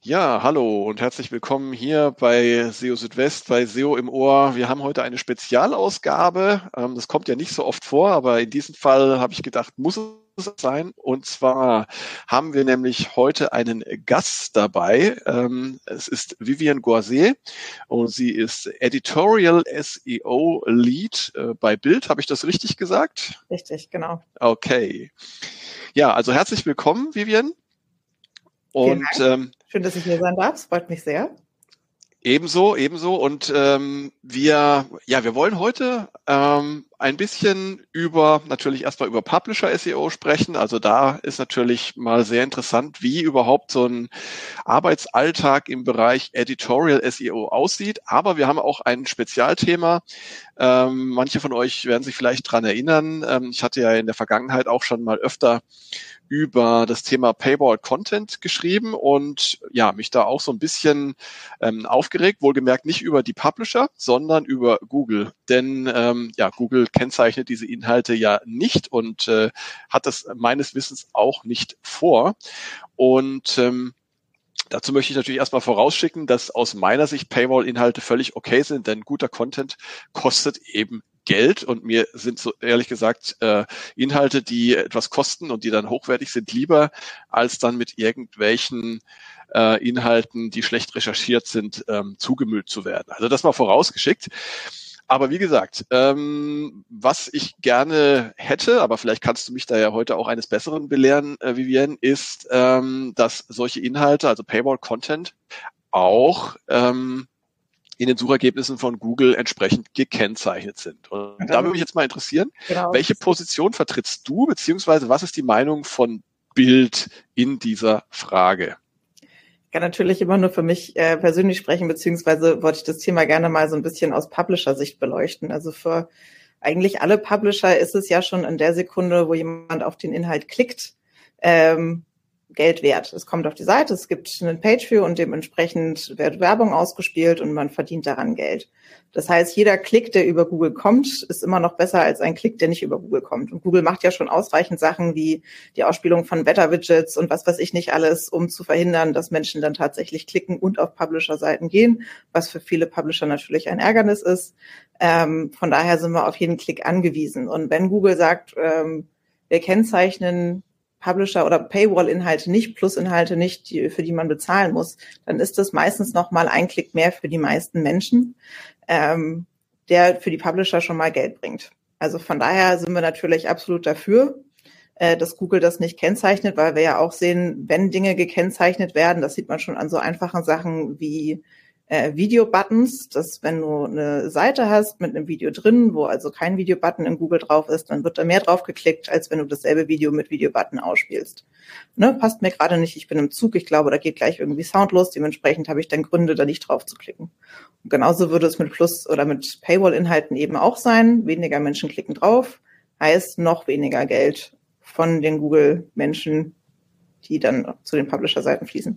Ja, hallo und herzlich willkommen hier bei SEO Südwest, bei SEO im Ohr. Wir haben heute eine Spezialausgabe. Das kommt ja nicht so oft vor, aber in diesem Fall habe ich gedacht, muss es sein. Und zwar haben wir nämlich heute einen Gast dabei. Es ist Vivienne Goisset und sie ist Editorial SEO Lead bei Bild. Habe ich das richtig gesagt? Richtig, genau. Okay. Ja, also herzlich willkommen, Vivienne. Vielen Und Dank. Schön, dass ich hier sein darf. Es freut mich sehr. Ebenso. Und wir wollen heute ein bisschen natürlich erstmal über Publisher SEO sprechen. Also da ist natürlich mal sehr interessant, wie überhaupt so ein Arbeitsalltag im Bereich Editorial SEO aussieht. Aber wir haben auch ein Spezialthema. Manche von euch werden sich vielleicht dran erinnern. Ich hatte ja in der Vergangenheit auch schon mal öfter über das Thema Paywall Content geschrieben und ja, mich da auch so ein bisschen aufgeregt, wohlgemerkt nicht über die Publisher, sondern über Google. Denn Google kennzeichnet diese Inhalte ja nicht und hat das meines Wissens auch nicht vor. Und dazu möchte ich natürlich erstmal vorausschicken, dass aus meiner Sicht Paywall-Inhalte völlig okay sind, denn guter Content kostet eben Geld und mir sind so ehrlich gesagt Inhalte, die etwas kosten und die dann hochwertig sind, lieber als dann mit irgendwelchen Inhalten, die schlecht recherchiert sind, zugemüllt zu werden. Also das mal vorausgeschickt. Aber wie gesagt, was ich gerne hätte, aber vielleicht kannst du mich da ja heute auch eines Besseren belehren, Vivienne, ist, dass solche Inhalte, also Paywall-Content, auch in den Suchergebnissen von Google entsprechend gekennzeichnet sind. Und da würde mich jetzt mal interessieren, welche Position vertrittst du, beziehungsweise was ist die Meinung von Bild in dieser Frage? Ich kann natürlich immer nur für mich persönlich sprechen, beziehungsweise wollte ich das Thema gerne mal so ein bisschen aus Publisher-Sicht beleuchten. Also für eigentlich alle Publisher ist es ja schon in der Sekunde, wo jemand auf den Inhalt klickt, Geld wert. Es kommt auf die Seite, es gibt einen Pageview und dementsprechend wird Werbung ausgespielt und man verdient daran Geld. Das heißt, jeder Klick, der über Google kommt, ist immer noch besser als ein Klick, der nicht über Google kommt. Und Google macht ja schon ausreichend Sachen wie die Ausspielung von Wetter-Widgets und was weiß ich nicht alles, um zu verhindern, dass Menschen dann tatsächlich klicken und auf Publisher-Seiten gehen, was für viele Publisher natürlich ein Ärgernis ist. Von daher sind wir auf jeden Klick angewiesen. Und wenn Google sagt, wir kennzeichnen Publisher oder Paywall-Inhalte nicht, Plus-Inhalte nicht, für die man bezahlen muss, dann ist das meistens noch mal ein Klick mehr für die meisten Menschen, der für die Publisher schon mal Geld bringt. Also von daher sind wir natürlich absolut dafür, dass Google das nicht kennzeichnet, weil wir ja auch sehen, wenn Dinge gekennzeichnet werden, das sieht man schon an so einfachen Sachen wie Video-Buttons, dass wenn du eine Seite hast mit einem Video drin, wo also kein Video-Button in Google drauf ist, dann wird da mehr drauf geklickt, als wenn du dasselbe Video mit Video-Button ausspielst. Ne, passt mir gerade nicht, ich bin im Zug, ich glaube, da geht gleich irgendwie Sound los, dementsprechend habe ich dann Gründe, da nicht drauf zu klicken. Und genauso würde es mit Plus- oder mit Paywall-Inhalten eben auch sein. Weniger Menschen klicken drauf, heißt noch weniger Geld von den Google-Menschen, die dann zu den Publisher-Seiten fließen.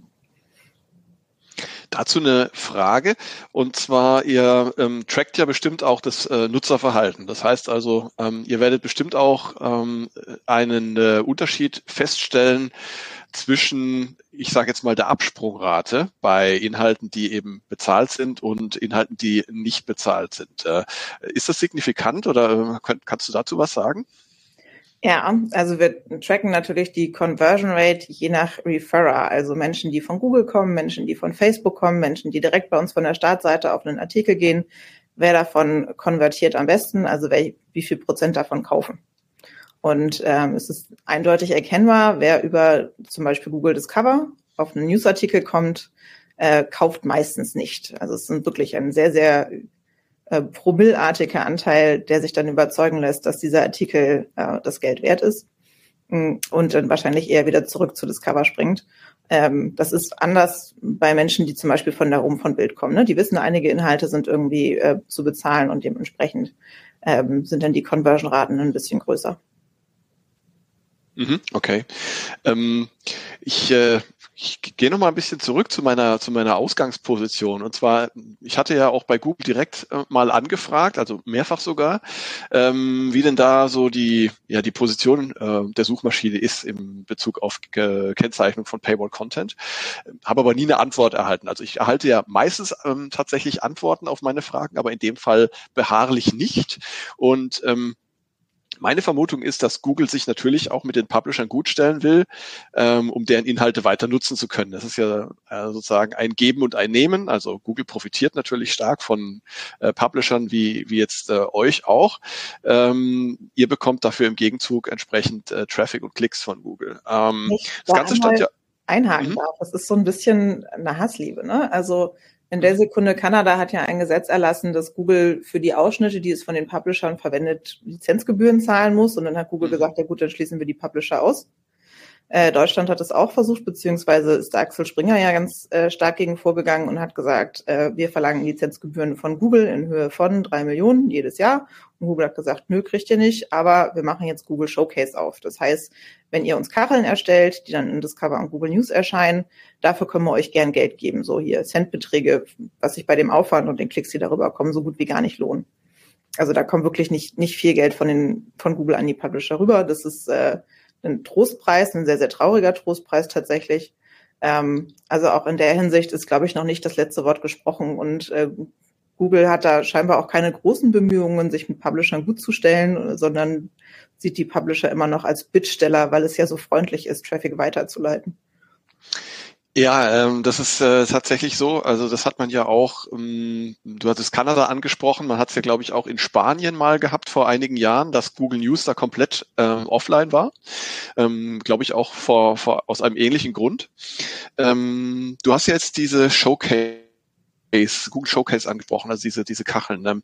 Dazu eine Frage, und zwar, ihr trackt ja bestimmt auch das Nutzerverhalten. Das heißt also, ihr werdet bestimmt auch einen Unterschied feststellen zwischen, ich sage jetzt mal, der Absprungrate bei Inhalten, die eben bezahlt sind und Inhalten, die nicht bezahlt sind. Ist das signifikant oder kannst du dazu was sagen? Ja, also wir tracken natürlich die Conversion Rate je nach Referrer, also Menschen, die von Google kommen, Menschen, die von Facebook kommen, Menschen, die direkt bei uns von der Startseite auf einen Artikel gehen. Wer davon konvertiert am besten, also wie viel Prozent davon kaufen. Und es ist eindeutig erkennbar, wer über zum Beispiel Google Discover auf einen Newsartikel kommt, kauft meistens nicht. Also es sind wirklich ein sehr, sehr promillartiger Anteil, der sich dann überzeugen lässt, dass dieser Artikel das Geld wert ist und dann wahrscheinlich eher wieder zurück zu Discover springt. Das ist anders bei Menschen, die zum Beispiel von da oben von Bild kommen. Ne? Die wissen, einige Inhalte sind irgendwie zu bezahlen und dementsprechend sind dann die Conversion-Raten ein bisschen größer. Okay. Ich Ich gehe noch mal ein bisschen zurück zu meiner Ausgangsposition. Und zwar, ich hatte ja auch bei Google direkt mal angefragt, also mehrfach sogar, wie denn da so die Position der Suchmaschine ist im Bezug auf Kennzeichnung von Paywall Content. Habe aber nie eine Antwort erhalten. Also ich erhalte ja meistens tatsächlich Antworten auf meine Fragen, aber in dem Fall beharrlich nicht. Und meine Vermutung ist, dass Google sich natürlich auch mit den Publishern gutstellen will, um deren Inhalte weiter nutzen zu können. Das ist ja sozusagen ein Geben und ein Nehmen. Also Google profitiert natürlich stark von Publishern wie jetzt euch auch. Ihr bekommt dafür im Gegenzug entsprechend Traffic und Klicks von Google. Das Ganze stand ja einhaken darf. Das ist so ein bisschen eine Hassliebe, ne? Also in der Sekunde, Kanada hat ja ein Gesetz erlassen, dass Google für die Ausschnitte, die es von den Publishern verwendet, Lizenzgebühren zahlen muss. Und dann hat Google gesagt, ja gut, dann schließen wir die Publisher aus. Deutschland hat es auch versucht, beziehungsweise ist der Axel Springer ja ganz stark gegen vorgegangen und hat gesagt, wir verlangen Lizenzgebühren von Google in Höhe von 3 Millionen jedes Jahr. Und Google hat gesagt, nö, kriegt ihr nicht, aber wir machen jetzt Google Showcase auf. Das heißt, wenn ihr uns Kacheln erstellt, die dann in Discover und Google News erscheinen, dafür können wir euch gern Geld geben. So hier Centbeträge, was sich bei dem Aufwand und den Klicks, die darüber kommen, so gut wie gar nicht lohnen. Also da kommt wirklich nicht viel Geld von Google an die Publisher rüber. Das ist ein Trostpreis, ein sehr, sehr trauriger Trostpreis tatsächlich. Also auch in der Hinsicht ist, glaube ich, noch nicht das letzte Wort gesprochen und Google hat da scheinbar auch keine großen Bemühungen, sich mit Publishern gut zu stellen, sondern sieht die Publisher immer noch als Bittsteller, weil es ja so freundlich ist, Traffic weiterzuleiten. Ja, das ist tatsächlich so. Also das hat man ja auch, du hattest Kanada angesprochen, man hat es ja, glaube ich, auch in Spanien mal gehabt vor einigen Jahren, dass Google News da komplett offline war. Glaube ich auch aus einem ähnlichen Grund. Du hast ja jetzt diese Google Showcase angesprochen, also diese Kacheln.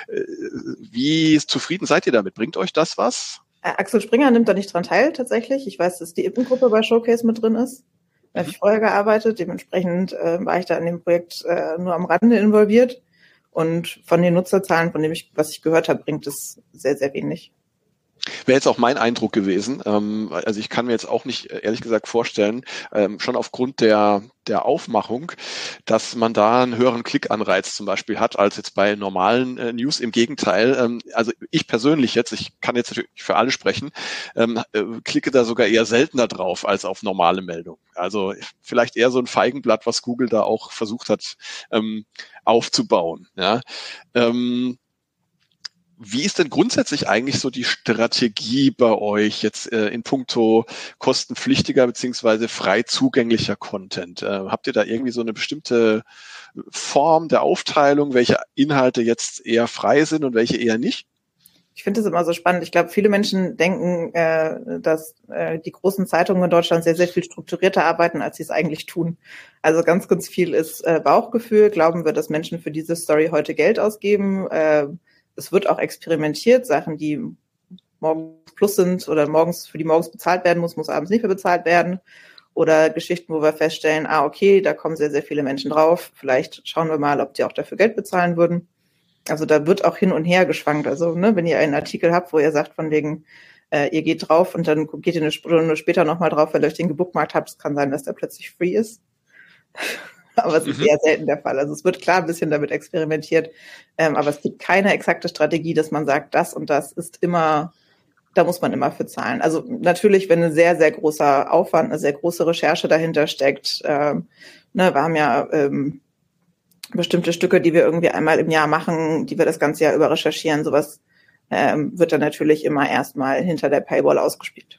Wie zufrieden seid ihr damit? Bringt euch das was? Axel Springer nimmt da nicht dran teil, tatsächlich. Ich weiß, dass die Ippen-Gruppe bei Showcase mit drin ist. Da habe ich vorher gearbeitet. Dementsprechend war ich da in dem Projekt nur am Rande involviert. Und von den Nutzerzahlen, was ich gehört habe, bringt es sehr, sehr wenig. Wäre jetzt auch mein Eindruck gewesen. Also ich kann mir jetzt auch nicht, ehrlich gesagt, vorstellen, schon aufgrund der Aufmachung, dass man da einen höheren Klickanreiz zum Beispiel hat, als jetzt bei normalen News. Im Gegenteil, also ich persönlich jetzt, ich kann jetzt natürlich für alle sprechen, klicke da sogar eher seltener drauf als auf normale Meldungen. Also vielleicht eher so ein Feigenblatt, was Google da auch versucht hat aufzubauen. Ja. Wie ist denn grundsätzlich eigentlich so die Strategie bei euch jetzt in puncto kostenpflichtiger beziehungsweise frei zugänglicher Content? Habt ihr da irgendwie so eine bestimmte Form der Aufteilung, welche Inhalte jetzt eher frei sind und welche eher nicht? Ich finde das immer so spannend. Ich glaube, viele Menschen denken, dass die großen Zeitungen in Deutschland sehr, sehr viel strukturierter arbeiten, als sie es eigentlich tun. Also ganz, ganz viel ist Bauchgefühl. Glauben wir, dass Menschen für diese Story heute Geld ausgeben? Es wird auch experimentiert, Sachen, die morgens plus sind oder für die morgens bezahlt werden muss abends nicht mehr bezahlt werden. Oder Geschichten, wo wir feststellen, okay, da kommen sehr, sehr viele Menschen drauf. Vielleicht schauen wir mal, ob die auch dafür Geld bezahlen würden. Also da wird auch hin und her geschwankt. Also wenn ihr einen Artikel habt, wo ihr sagt von wegen, ihr geht drauf und dann geht ihr eine Stunde später nochmal drauf, weil ihr euch den gebookmarkt habt, es kann sein, dass der plötzlich free ist. Aber es ist eher selten der Fall. Also es wird klar ein bisschen damit experimentiert, aber es gibt keine exakte Strategie, dass man sagt, das und das ist immer, da muss man immer für zahlen. Also natürlich, wenn ein sehr, sehr großer Aufwand, eine sehr große Recherche dahinter steckt, wir haben ja bestimmte Stücke, die wir irgendwie einmal im Jahr machen, die wir das ganze Jahr über recherchieren, sowas wird dann natürlich immer erstmal hinter der Paywall ausgespielt.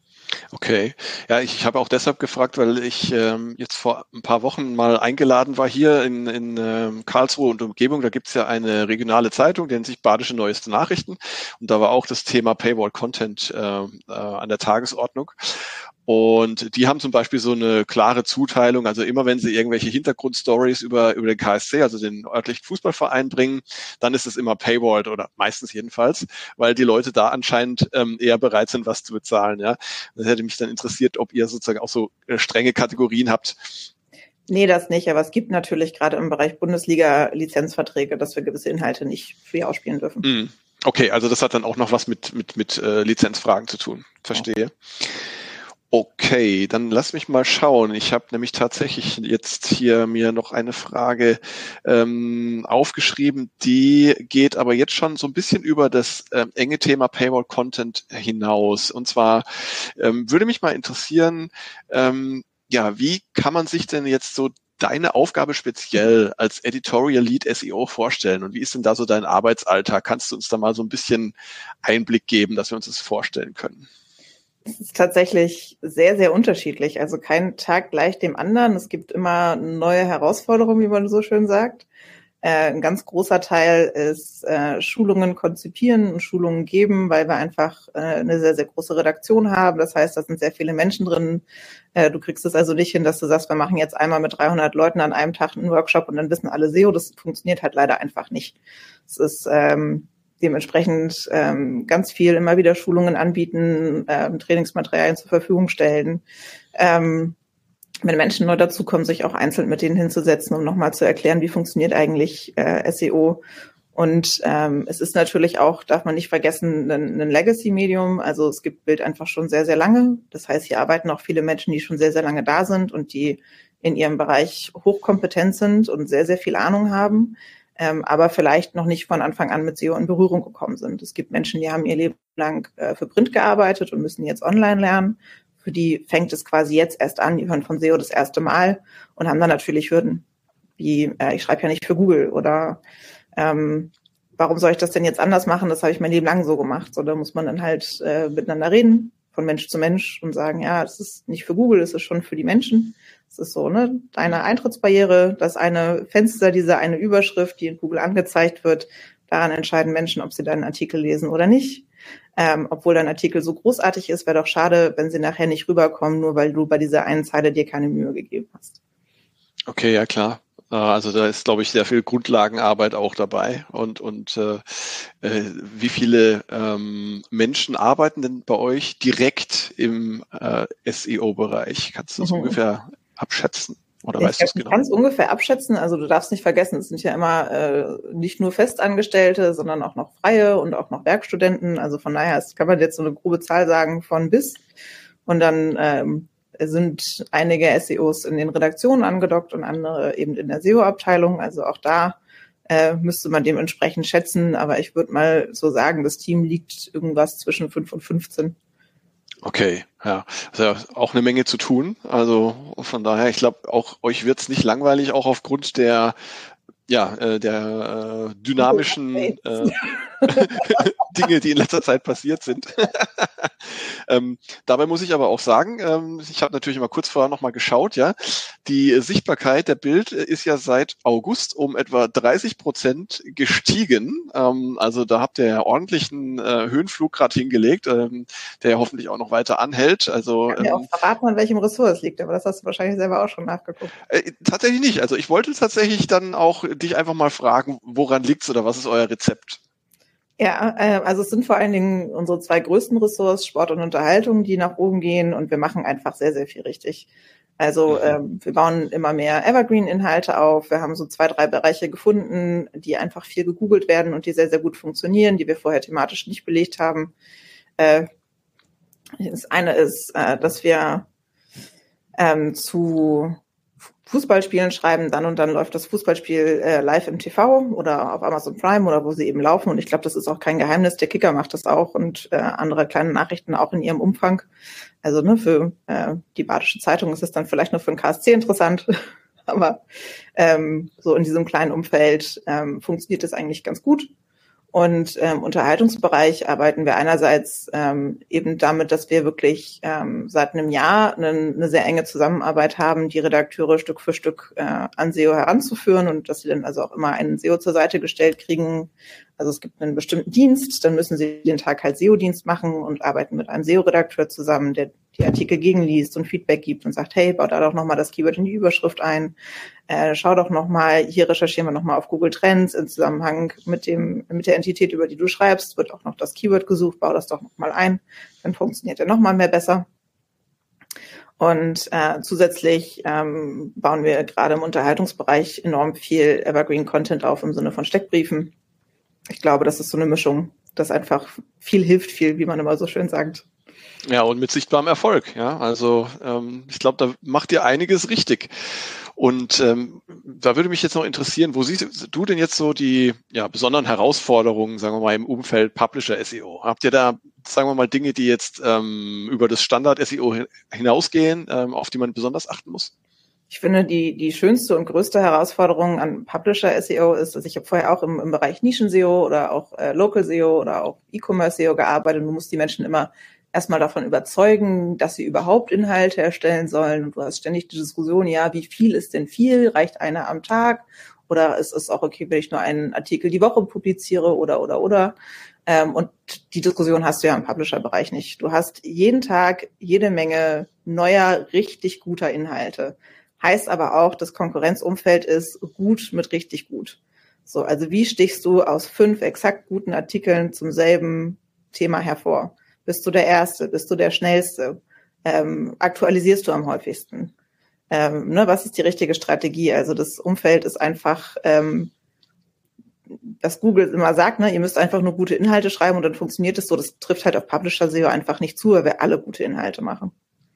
Okay. Ja, ich habe auch deshalb gefragt, weil ich jetzt vor ein paar Wochen mal eingeladen war hier in Karlsruhe und Umgebung. Da gibt's ja eine regionale Zeitung, die nennt sich Badische Neueste Nachrichten. Und da war auch das Thema Paywall-Content an der Tagesordnung. Und die haben zum Beispiel so eine klare Zuteilung, also immer wenn sie irgendwelche Hintergrundstories über den KSC, also den örtlichen Fußballverein bringen, dann ist es immer paywalled oder meistens jedenfalls, weil die Leute da anscheinend eher bereit sind, was zu bezahlen. Ja, das hätte mich dann interessiert, ob ihr sozusagen auch so strenge Kategorien habt. Nee, das nicht, aber es gibt natürlich gerade im Bereich Bundesliga Lizenzverträge, dass wir gewisse Inhalte nicht free ausspielen dürfen. Okay, also das hat dann auch noch was mit Lizenzfragen zu tun. Verstehe. Ja. Okay, dann lass mich mal schauen. Ich habe nämlich tatsächlich jetzt hier mir noch eine Frage aufgeschrieben, die geht aber jetzt schon so ein bisschen über das enge Thema Paywall-Content hinaus. Und zwar würde mich mal interessieren, ja, wie kann man sich denn jetzt so deine Aufgabe speziell als Editorial Lead SEO vorstellen? Und wie ist denn da so dein Arbeitsalltag? Kannst du uns da mal so ein bisschen Einblick geben, dass wir uns das vorstellen können? Es ist tatsächlich sehr, sehr unterschiedlich. Also kein Tag gleich dem anderen. Es gibt immer neue Herausforderungen, wie man so schön sagt. Ein ganz großer Teil ist Schulungen konzipieren und Schulungen geben, weil wir einfach eine sehr, sehr große Redaktion haben. Das heißt, da sind sehr viele Menschen drin. Du kriegst es also nicht hin, dass du sagst, wir machen jetzt einmal mit 300 Leuten an einem Tag einen Workshop und dann wissen alle SEO. Das funktioniert halt leider einfach nicht. Es ist dementsprechend ganz viel immer wieder Schulungen anbieten, Trainingsmaterialien zur Verfügung stellen. Wenn Menschen neu dazukommen, sich auch einzeln mit denen hinzusetzen, um nochmal zu erklären, wie funktioniert eigentlich SEO. Und es ist natürlich auch, darf man nicht vergessen, ein Legacy-Medium. Also es gibt Bild einfach schon sehr, sehr lange. Das heißt, hier arbeiten auch viele Menschen, die schon sehr, sehr lange da sind und die in ihrem Bereich hochkompetent sind und sehr, sehr viel Ahnung haben. Aber vielleicht noch nicht von Anfang an mit SEO in Berührung gekommen sind. Es gibt Menschen, die haben ihr Leben lang für Print gearbeitet und müssen jetzt online lernen. Für die fängt es quasi jetzt erst an, die hören von SEO das erste Mal und haben dann natürlich Hürden, wie ich schreibe ja nicht für Google oder warum soll ich das denn jetzt anders machen? Das habe ich mein Leben lang so gemacht. So, da muss man dann halt miteinander reden, von Mensch zu Mensch und sagen, ja, es ist nicht für Google, es ist schon für die Menschen. Es ist so, ne, deine Eintrittsbarriere, das eine Fenster, diese eine Überschrift, die in Google angezeigt wird, daran entscheiden Menschen, ob sie deinen Artikel lesen oder nicht. Obwohl dein Artikel so großartig ist, wäre doch schade, wenn sie nachher nicht rüberkommen, nur weil du bei dieser einen Zeile dir keine Mühe gegeben hast. Okay, ja klar. Also da ist, glaube ich, sehr viel Grundlagenarbeit auch dabei. Und wie viele Menschen arbeiten denn bei euch direkt im SEO-Bereich? Kannst du das ungefähr abschätzen? Oder weißt du es genau? Ich kann es ungefähr abschätzen. Also du darfst nicht vergessen, es sind ja immer nicht nur Festangestellte, sondern auch noch Freie und auch noch Werkstudenten. Also von daher kann man jetzt so eine grobe Zahl sagen von bis. Und dann sind einige SEOs in den Redaktionen angedockt und andere eben in der SEO-Abteilung. Also auch da müsste man dementsprechend schätzen. Aber ich würde mal so sagen, das Team liegt irgendwas zwischen 5 und 15. Okay, ja, also auch eine Menge zu tun. Also von daher, ich glaube, auch euch wird's nicht langweilig, auch aufgrund der dynamischen Dinge, die in letzter Zeit passiert sind. Dabei muss ich aber auch sagen, ich habe natürlich mal kurz vorher nochmal geschaut, ja, die Sichtbarkeit der Bild ist ja seit August um etwa 30% gestiegen. Also da habt ihr ja ordentlichen Höhenflug gerade hingelegt, der hoffentlich auch noch weiter anhält. Also ich kann mir auch verraten, an welchem Ressort es liegt, aber das hast du wahrscheinlich selber auch schon nachgeguckt. Tatsächlich nicht. Also ich wollte tatsächlich dann auch dich einfach mal fragen, woran liegt's oder was ist euer Rezept? Ja, also es sind vor allen Dingen unsere zwei größten Ressorts, Sport und Unterhaltung, die nach oben gehen und wir machen einfach sehr, sehr viel richtig. Also wir bauen immer mehr Evergreen-Inhalte auf. Wir haben so 2, 3 Bereiche gefunden, die einfach viel gegoogelt werden und die sehr, sehr gut funktionieren, die wir vorher thematisch nicht belegt haben. Das eine ist, dass wir zu Fußballspielen schreiben, dann und dann läuft das Fußballspiel live im TV oder auf Amazon Prime oder wo sie eben laufen. Und ich glaube, das ist auch kein Geheimnis. Der Kicker macht das auch und andere kleine Nachrichten auch in ihrem Umfang. Also ne, für die Badische Zeitung ist es dann vielleicht nur für den KSC interessant. Aber so in diesem kleinen Umfeld funktioniert das eigentlich ganz gut. Und im Unterhaltungsbereich arbeiten wir einerseits eben damit, dass wir wirklich seit einem Jahr eine sehr enge Zusammenarbeit haben, die Redakteure Stück für Stück an SEO heranzuführen und dass sie dann also auch immer einen SEO zur Seite gestellt kriegen. Also es gibt einen bestimmten Dienst, dann müssen sie den Tag halt SEO-Dienst machen und arbeiten mit einem SEO-Redakteur zusammen, der die Artikel gegenliest und Feedback gibt und sagt, hey, bau da doch nochmal das Keyword in die Überschrift ein. Schau doch nochmal, hier recherchieren wir nochmal auf Google Trends im Zusammenhang mit der Entität, über die du schreibst, wird auch noch das Keyword gesucht, bau das doch nochmal ein, dann funktioniert er nochmal mehr besser. Und zusätzlich bauen wir gerade im Unterhaltungsbereich enorm viel Evergreen-Content auf im Sinne von Steckbriefen. Ich glaube, das ist so eine Mischung, das einfach viel hilft viel, wie man immer so schön sagt. Ja, und mit sichtbarem Erfolg. Ja, also ich glaube, da macht ihr einiges richtig. Und da würde mich jetzt noch interessieren, wo siehst du denn jetzt so die besonderen Herausforderungen, sagen wir mal, im Umfeld Publisher SEO? Habt ihr da, sagen wir mal, Dinge, die jetzt über das Standard SEO hinausgehen, auf die man besonders achten muss? Ich finde, die schönste und größte Herausforderung an Publisher SEO ist, dass ich habe vorher auch im Bereich Nischen-SEO oder auch Local SEO oder auch E-Commerce SEO gearbeitet. Du musst die Menschen immer erstmal davon überzeugen, dass sie überhaupt Inhalte erstellen sollen. Und du hast ständig die Diskussion, ja, wie viel ist denn viel? Reicht einer am Tag? Oder ist es auch okay, wenn ich nur einen Artikel die Woche publiziere oder? Und die Diskussion hast du ja im Publisher-Bereich nicht. Du hast jeden Tag jede Menge neuer, richtig guter Inhalte. Heißt aber auch, das Konkurrenzumfeld ist gut mit richtig gut. So, also wie stichst du aus 5 exakt guten Artikeln zum selben Thema hervor? Bist du der Erste? Bist du der Schnellste? Aktualisierst du am häufigsten? Was ist die richtige Strategie? Also das Umfeld ist einfach, was Google immer sagt, ihr müsst einfach nur gute Inhalte schreiben und dann funktioniert es so. Das trifft halt auf Publisher-SEO einfach nicht zu, weil wir alle gute Inhalte machen.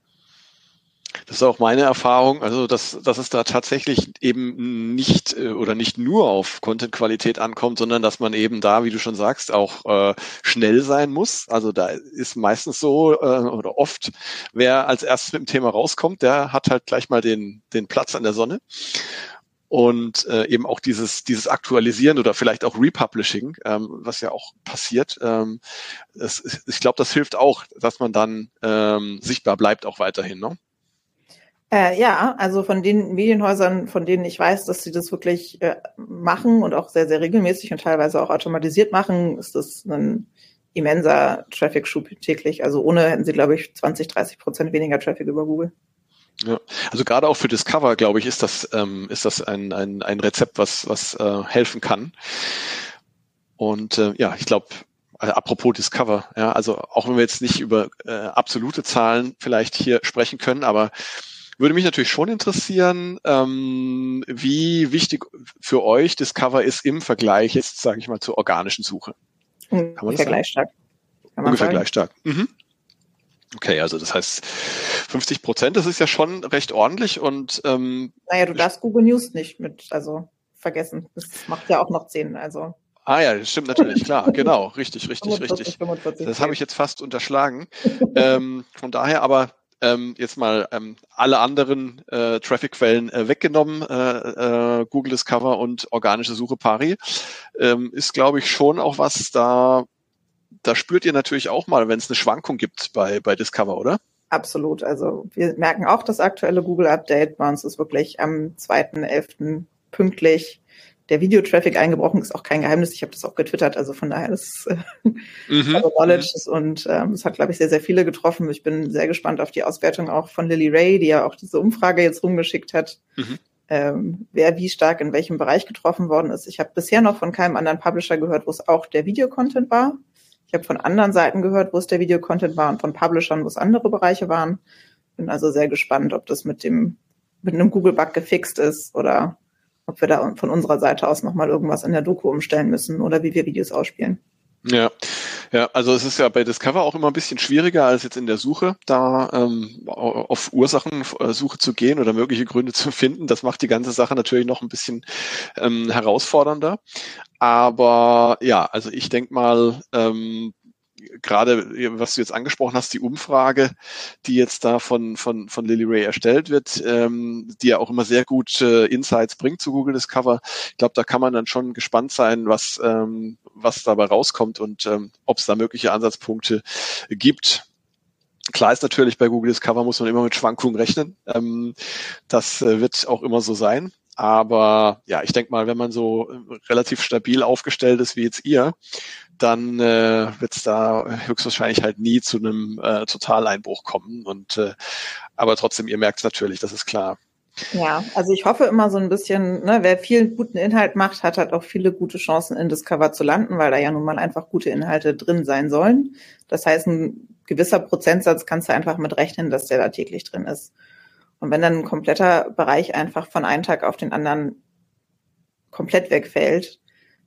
Das ist auch meine Erfahrung, also dass es da tatsächlich eben nicht oder nicht nur auf Content-Qualität ankommt, sondern dass man eben da, wie du schon sagst, auch schnell sein muss. Also da ist meistens so oder oft, wer als erstes mit dem Thema rauskommt, der hat halt gleich mal den Platz an der Sonne. Und eben auch dieses Aktualisieren oder vielleicht auch Republishing, was ja auch passiert. Ich glaube, das hilft auch, dass man dann sichtbar bleibt auch weiterhin, ne? Ja, also von den Medienhäusern, von denen ich weiß, dass sie das wirklich machen und auch sehr, sehr regelmäßig und teilweise auch automatisiert machen, ist das ein immenser Traffic-Schub täglich. Also ohne hätten sie, glaube ich, 20-30% weniger Traffic über Google. Ja, also gerade auch für Discover, glaube ich, ist das ein Rezept, was helfen kann. Und ich glaube, apropos Discover, ja, also auch wenn wir jetzt nicht über absolute Zahlen vielleicht hier sprechen können, aber würde mich natürlich schon interessieren, wie wichtig für euch Discover ist im Vergleich jetzt, sage ich mal, zur organischen Suche. Ungefähr gleich stark. Ungefähr gleich stark. Mhm. Okay, also das heißt 50%, das ist ja schon recht ordentlich und du darfst Google News nicht vergessen. Das macht ja auch noch 10, also. Ah ja, das stimmt natürlich, klar, genau, richtig. 45, Das habe ich jetzt fast unterschlagen. Von daher aber jetzt mal alle anderen Traffic-Quellen weggenommen, Google Discover und organische Suche pari, ist, glaube ich, schon auch was, da spürt ihr natürlich auch mal, wenn es eine Schwankung gibt bei Discover, oder? Absolut. Also wir merken auch das aktuelle Google-Update. Bei uns ist wirklich am 2.11. pünktlich der Videotraffic eingebrochen. Ist auch kein Geheimnis. Ich habe das auch getwittert. Also von daher ist Knowledge und es hat, glaube ich, sehr, sehr viele getroffen. Ich bin sehr gespannt auf die Auswertung auch von Lily Ray, die ja auch diese Umfrage jetzt rumgeschickt hat, wer wie stark in welchem Bereich getroffen worden ist. Ich habe bisher noch von keinem anderen Publisher gehört, wo es auch der Videocontent war. Ich habe von anderen Seiten gehört, wo es der Videocontent war und von Publishern, wo es andere Bereiche waren. Bin also sehr gespannt, ob das mit einem Google-Bug gefixt ist oder ob wir da von unserer Seite aus nochmal irgendwas in der Doku umstellen müssen oder wie wir Videos ausspielen. Ja, also es ist ja bei Discover auch immer ein bisschen schwieriger als jetzt in der Suche, da auf Ursachensuche zu gehen oder mögliche Gründe zu finden. Das macht die ganze Sache natürlich noch ein bisschen herausfordernder. Aber ja, also ich denke mal, gerade was du jetzt angesprochen hast, die Umfrage, die jetzt da von Lily Ray erstellt wird, die ja auch immer sehr gut Insights bringt zu Google Discover. Ich glaube, da kann man dann schon gespannt sein, was dabei rauskommt und ob es da mögliche Ansatzpunkte gibt. Klar ist natürlich, bei Google Discover muss man immer mit Schwankungen rechnen. Das wird auch immer so sein. Aber ja, ich denke mal, wenn man so relativ stabil aufgestellt ist wie jetzt ihr, dann wird es da höchstwahrscheinlich halt nie zu einem Totaleinbruch kommen. Aber trotzdem, ihr merkt es natürlich, das ist klar. Ja, also ich hoffe immer so ein bisschen, wer viel guten Inhalt macht, hat halt auch viele gute Chancen in Discover zu landen, weil da ja nun mal einfach gute Inhalte drin sein sollen. Das heißt, ein gewisser Prozentsatz kannst du einfach mit rechnen, dass der da täglich drin ist. Und wenn dann ein kompletter Bereich einfach von einem Tag auf den anderen komplett wegfällt,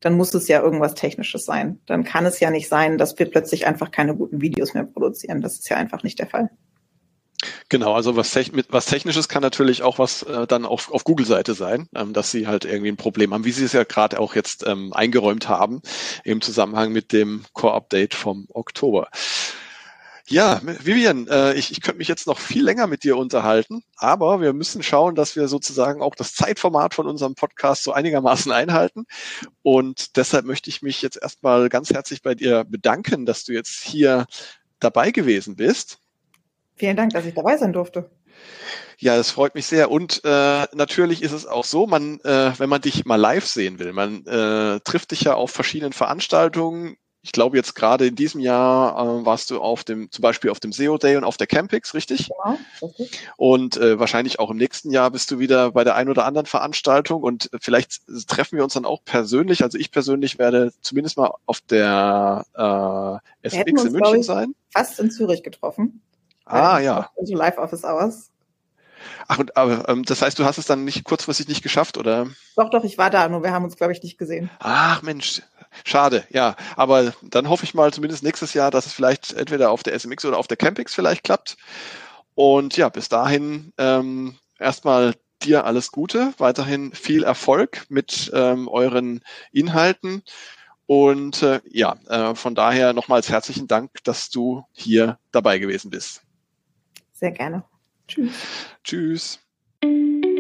dann muss es ja irgendwas Technisches sein. Dann kann es ja nicht sein, dass wir plötzlich einfach keine guten Videos mehr produzieren. Das ist ja einfach nicht der Fall. Genau, also was Technisches kann natürlich auch was dann auf Google-Seite sein, dass sie halt irgendwie ein Problem haben, wie sie es ja gerade auch jetzt eingeräumt haben im Zusammenhang mit dem Core-Update vom Oktober. Ja, Vivian, ich könnte mich jetzt noch viel länger mit dir unterhalten, aber wir müssen schauen, dass wir sozusagen auch das Zeitformat von unserem Podcast so einigermaßen einhalten. Und deshalb möchte ich mich jetzt erstmal ganz herzlich bei dir bedanken, dass du jetzt hier dabei gewesen bist. Vielen Dank, dass ich dabei sein durfte. Ja, das freut mich sehr. Und natürlich ist es auch so, wenn man dich mal live sehen will, man trifft dich ja auf verschiedenen Veranstaltungen. Ich glaube, jetzt gerade in diesem Jahr warst du zum Beispiel auf dem SEO Day und auf der Campix, richtig? Ja, richtig. Und wahrscheinlich auch im nächsten Jahr bist du wieder bei der einen oder anderen Veranstaltung und vielleicht treffen wir uns dann auch persönlich. Also ich persönlich werde zumindest mal auf der SMX in München sein. Fast in Zürich getroffen. Ja. Also Live Office Hours. Ach, aber das heißt, du hast es dann kurzfristig nicht geschafft, oder? Doch, ich war da, nur wir haben uns, glaube ich, nicht gesehen. Ach Mensch, schade, ja. Aber dann hoffe ich mal zumindest nächstes Jahr, dass es vielleicht entweder auf der SMX oder auf der Campix vielleicht klappt. Und ja, bis dahin erstmal dir alles Gute, weiterhin viel Erfolg mit euren Inhalten. Und von daher nochmals herzlichen Dank, dass du hier dabei gewesen bist. Sehr gerne. Tschüss. Tschüss.